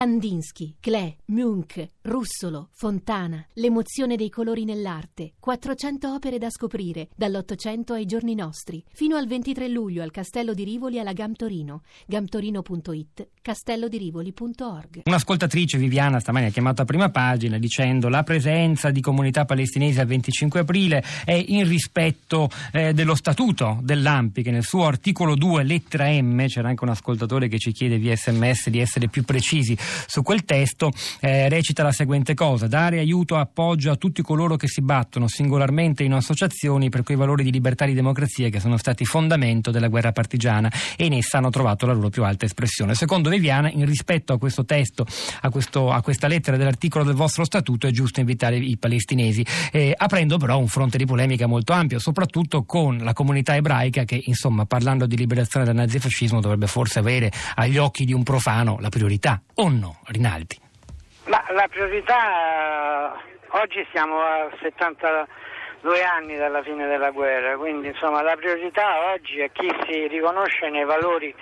Kandinsky, Klee, Munch, Russolo, Fontana, l'emozione dei colori nell'arte, 400 opere da scoprire, dall'800 ai giorni nostri, fino al 23 luglio al Castello di Rivoli alla GAM Torino, gamtorino.it, castellodirivoli.org. Un'ascoltatrice, Viviana, stamani ha chiamato a prima pagina dicendo: la presenza di comunità palestinesi al 25 aprile è in rispetto dello statuto dell'ANPI, che nel suo articolo 2, lettera M, c'era anche un ascoltatore che ci chiede via SMS di essere più precisi su quel testo, recita la seguente cosa: dare aiuto e appoggio a tutti coloro che si battono singolarmente in associazioni per quei valori di libertà e di democrazia che sono stati fondamento della guerra partigiana e in essa hanno trovato la loro più alta espressione. Secondo Viviana, in rispetto a questo testo, a questa lettera dell'articolo del vostro statuto, è giusto invitare i palestinesi, aprendo però un fronte di polemica molto ampio, soprattutto con la comunità ebraica che, insomma, parlando di liberazione dal nazifascismo, dovrebbe forse avere agli occhi di un profano la priorità, o no, Rinaldi? Ma la priorità, oggi siamo a 72 anni dalla fine della guerra, quindi insomma la priorità oggi è chi si riconosce nei valori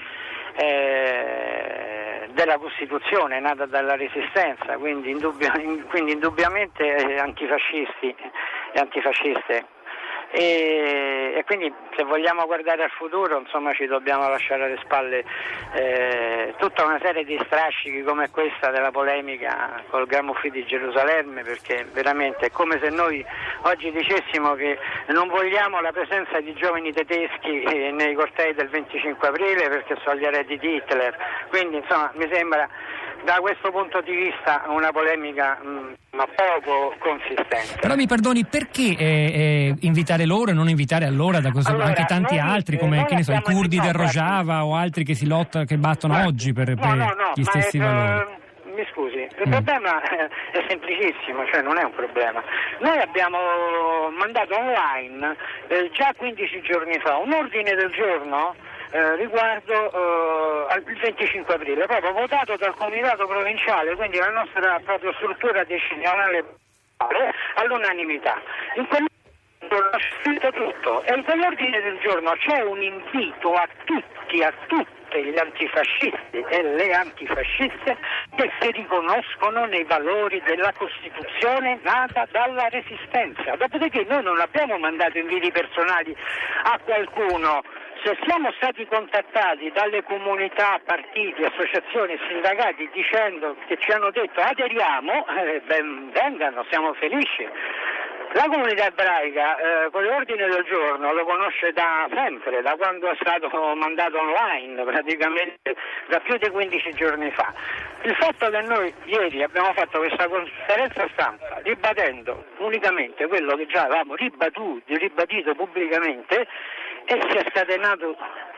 della Costituzione nata dalla Resistenza, quindi indubbiamente antifascisti e antifasciste. E quindi se vogliamo guardare al futuro, insomma, ci dobbiamo lasciare alle spalle tutta una serie di strascichi come questa della polemica col Grammoffi di Gerusalemme, perché veramente è come se noi oggi dicessimo che non vogliamo la presenza di giovani tedeschi nei cortei del 25 aprile perché sono gli eredi di Hitler. Quindi insomma mi sembra da questo punto di vista una polemica ma poco consistente. Però mi perdoni, perché invitare loro e non invitare allora da questo, anche tanti altri come che ne so, i curdi del Rojava o altri che si lottano, che battono oggi per gli stessi valori? Mi scusi, il problema è semplicissimo, cioè non è un problema. Noi abbiamo mandato online già 15 giorni fa un ordine del giorno riguardo al 25 aprile, proprio votato dal comitato provinciale, quindi la nostra propria struttura decisionale all'unanimità. In quell'ordine c'è scritto tutto e in quell'ordine del giorno c'è un invito a tutti gli antifascisti e le antifasciste che si riconoscono nei valori della Costituzione nata dalla Resistenza. Dopodiché noi non abbiamo mandato inviti personali a qualcuno. Se siamo stati contattati dalle comunità, partiti, associazioni e sindacati dicendo che ci hanno detto aderiamo, vengano, siamo felici. La comunità ebraica quell'ordine del giorno lo conosce da sempre, da quando è stato mandato online, praticamente da più di 15 giorni fa. Il fatto che noi ieri abbiamo fatto questa conferenza stampa ribadendo unicamente quello che già avevamo ribadito pubblicamente, e si è scatenato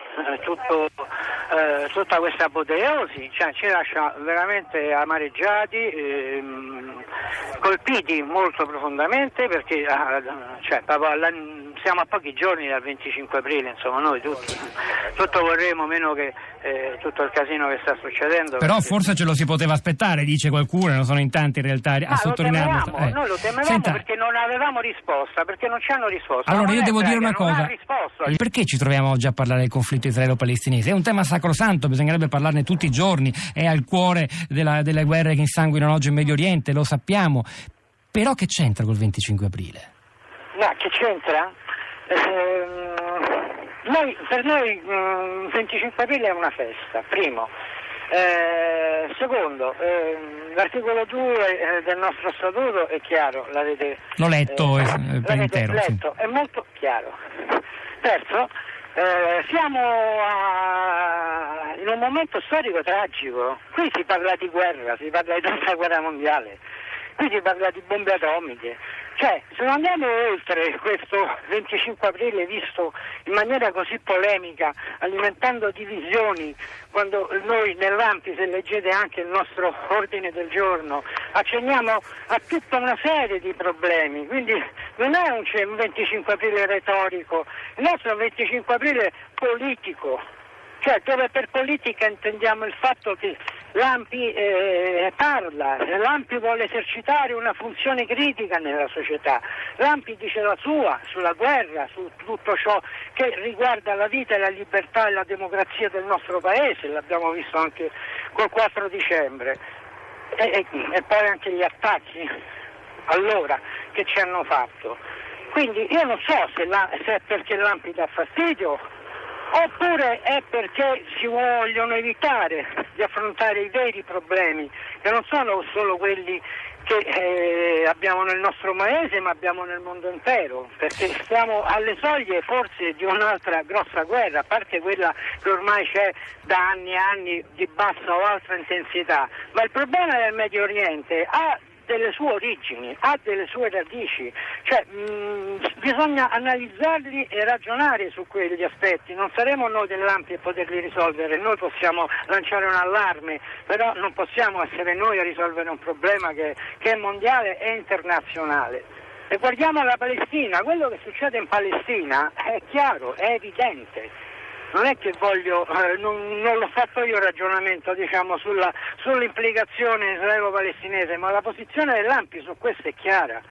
tutta questa apoteosi, cioè ci lascia veramente amareggiati, colpiti molto profondamente, perché siamo a pochi giorni dal 25 aprile, insomma noi tutto vorremmo meno che tutto il casino che sta succedendo. Però forse ce lo si poteva aspettare, dice qualcuno, non sono in tanti in realtà a sottolinearlo. Noi lo temevamo perché non avevamo risposta, perché non ci hanno risposto. Allora io devo dire una cosa: perché ci troviamo oggi a parlare del conflitto israelo-palestinese? È un tema sacrosanto, bisognerebbe parlarne tutti i giorni, è al cuore delle guerre che insanguinano oggi in Medio Oriente, lo sappiamo. Però che c'entra col 25 aprile? No, che c'entra? Per noi il 25 aprile è una festa, primo. Secondo, l'articolo 2 del nostro statuto è chiaro, l'ho letto per intero. Letto, sì. È molto chiaro. Terzo, siamo in un momento storico tragico. Qui si parla di guerra, si parla di terza guerra mondiale, qui si parla di bombe atomiche. Cioè, se non andiamo oltre questo 25 aprile visto in maniera così polemica, alimentando divisioni, quando noi nell'ANPI, se leggete anche il nostro ordine del giorno, accenniamo a tutta una serie di problemi, quindi non è un 25 aprile retorico, il nostro è un 25 aprile politico. Cioè, dove per politica intendiamo il fatto che l'ANPI parla, l'ANPI vuole esercitare una funzione critica nella società, l'ANPI dice la sua sulla guerra, su tutto ciò che riguarda la vita e la libertà e la democrazia del nostro paese, l'abbiamo visto anche col 4 dicembre. e poi anche gli attacchi allora che ci hanno fatto. Quindi io non so se è perché l'ANPI dà fastidio oppure è perché si vogliono evitare di affrontare i veri problemi, che non sono solo quelli che abbiamo nel nostro paese, ma abbiamo nel mondo intero, perché stiamo alle soglie forse di un'altra grossa guerra, a parte quella che ormai c'è da anni e anni di bassa o alta intensità, ma il problema del Medio Oriente ha delle sue origini, ha delle sue radici, cioè bisogna analizzarli e ragionare su quegli aspetti. Non saremo noi dell'ANPI a poterli risolvere, noi possiamo lanciare un allarme, però non possiamo essere noi a risolvere un problema che è mondiale e internazionale. E guardiamo la Palestina, quello che succede in Palestina è chiaro, è evidente. Non è che non l'ho fatto io il ragionamento, diciamo, sull'implicazione israelo-palestinese, ma la posizione dell'ANPI su questo è chiara.